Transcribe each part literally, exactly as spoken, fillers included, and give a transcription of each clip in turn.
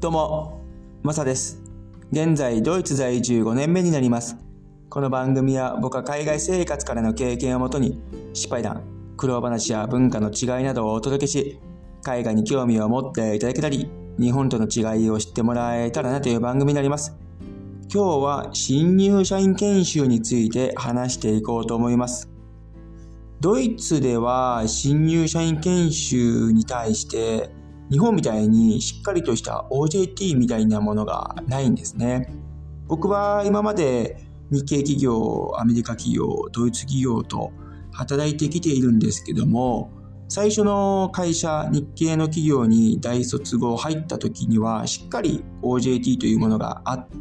どうも、マサです。現在ドイツ在住ごねんめになります。この番組は僕は海外生活からの経験をもとに失敗談、苦労話や文化の違いなどをお届けし、海外に興味を持っていただけたり、日本との違いを知ってもらえたらなという番組になります。今日は新入社員研修について話していこうと思います。ドイツでは新入社員研修に対して日本みたいにしっかりとした オージェーティー みたいなものがないんですね。僕は今まで日系企業、アメリカ企業、ドイツ企業と働いてきているんですけども、最初の会社、日系の企業に大卒後入った時にはしっかり オージェーティー というものがあって、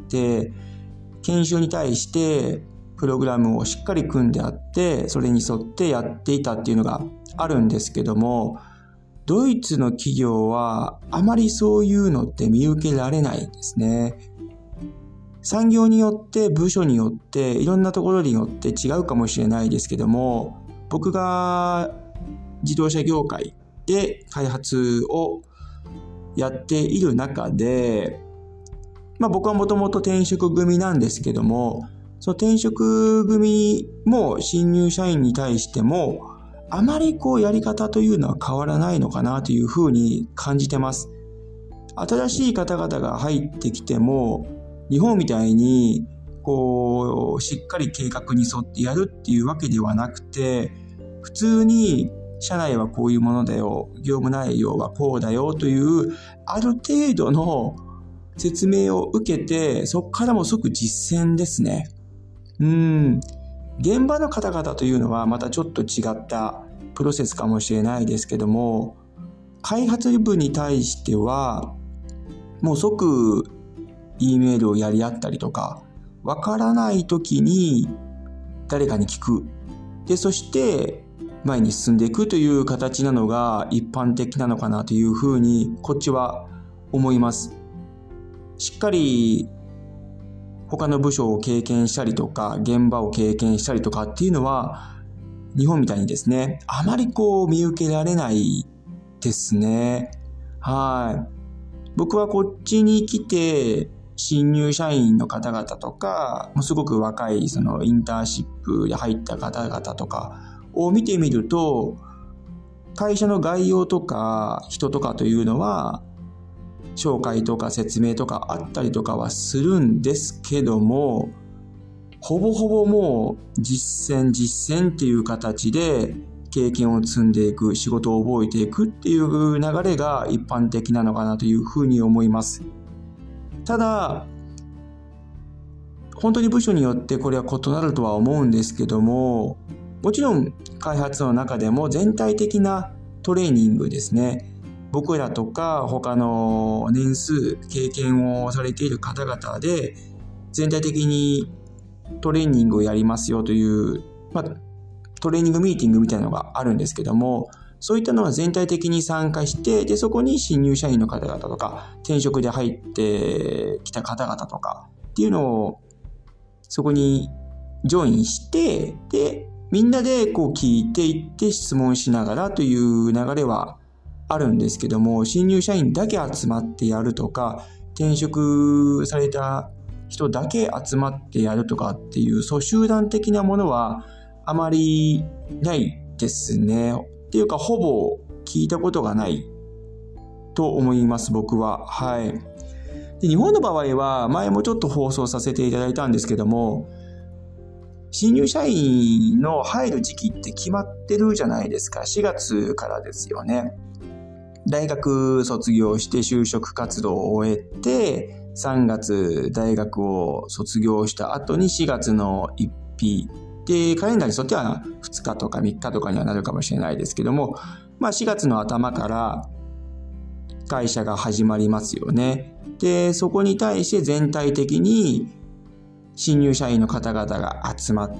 研修に対してプログラムをしっかり組んであって、それに沿ってやっていたっていうのがあるんですけども、ドイツの企業はあまりそういうのって見受けられないんですね。産業によって部署によっていろんなところによって違うかもしれないですけども、僕が自動車業界で開発をやっている中で、まあ僕はもともと転職組なんですけども、その転職組も新入社員に対してもあまりこうやり方というのは変わらないのかなというふうに感じてます。新しい方々が入ってきても日本みたいにこうしっかり計画に沿ってやるっていうわけではなくて、普通に社内はこういうものだよ、業務内容はこうだよというある程度の説明を受けて、そこからも即実践ですね。うーん現場の方々というのはまたちょっと違ったプロセスかもしれないですけども、開発部に対してはもう即 E メールをやり合ったりとか、わからない時に誰かに聞く。で、そして前に進んでいくという形なのが一般的なのかなというふうにこっちは思います。しっかり他の部署を経験したりとか、現場を経験したりとかっていうのは、日本みたいにですね、あまりこう見受けられないですね。はい。僕はこっちに来て、新入社員の方々とか、もうすごく若いそのインターンシップで入った方々とかを見てみると、会社の概要とか人とかというのは、紹介とか説明とかあったりとかはするんですけども、ほぼほぼもう実践実践っていう形で経験を積んでいく、仕事を覚えていくっていう流れが一般的なのかなというふうに思います。ただ本当に部署によってこれは異なるとは思うんですけども、もちろん開発の中でも全体的なトレーニングですね、僕らとか他の年数経験をされている方々で全体的にトレーニングをやりますよという、まあ、トレーニングミーティングみたいなのがあるんですけども、そういったのは全体的に参加して、でそこに新入社員の方々とか転職で入ってきた方々とかっていうのをそこにジョインして、でみんなでこう聞いていって質問しながらという流れはあるんですけども、新入社員だけ集まってやるとか、転職された人だけ集まってやるとかっていうそう集団的なものはあまりないですね。っていうかほぼ聞いたことがないと思います、僕は。はい。で、日本の場合は前もちょっと放送させていただいたんですけども、新入社員の入る時期って決まってるじゃないですか。しがつからですよね。大学卒業して就職活動を終えて、さんがつ大学を卒業した後にしがつのついたちで、カレンダーに沿ってはふつかとかみっかとかにはなるかもしれないですけども、まあしがつの頭から会社が始まりますよね。で、そこに対して全体的に新入社員の方々が集まって、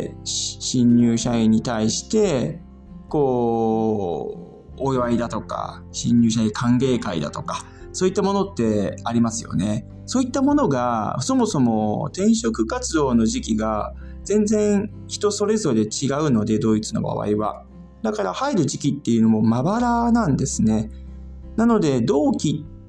新入社員に対してこうお祝いだとか、新入社員歓迎会だとか、そういったものってありますよね。そういったものが、そもそも転職活動の時期が全然人それぞれ違うので、ドイツの場合は。だから入る時期っていうのもまばらなんですね。なので、同期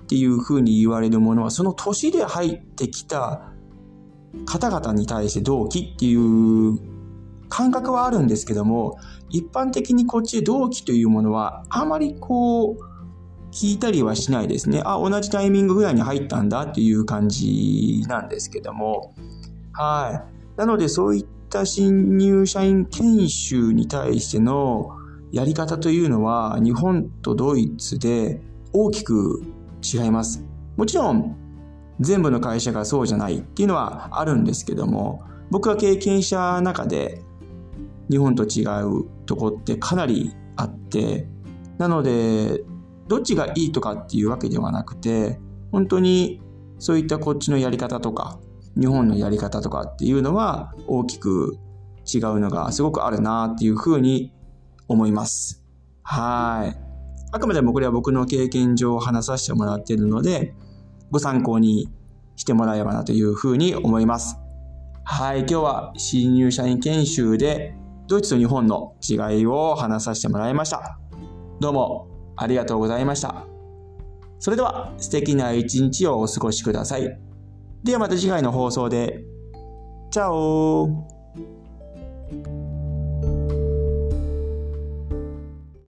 っていうふうに言われるものは、その年で入ってきた方々に対して同期っていう感覚はあるんですけども、一般的にこっちで同期というものはあまりこう聞いたりはしないですね。あ、同じタイミングぐらいに入ったんだっていう感じなんですけども、はい。なのでそういった新入社員研修に対してのやり方というのは日本とドイツで大きく違います。もちろん全部の会社がそうじゃないっていうのはあるんですけども、僕が経験した中で日本と違うとこってかなりあって、なのでどっちがいいとかっていうわけではなくて、本当にそういったこっちのやり方とか日本のやり方とかっていうのは大きく違うのがすごくあるなっていうふうに思います。はい。あくまでもこれは僕の経験上話させてもらっているので、ご参考にしてもらえればなというふうに思います。はい。今日は新入社員研修でドイツと日本の違いを話させてもらいました。どうもありがとうございました。それでは素敵な一日をお過ごしください。ではまた次回の放送で。チャオ。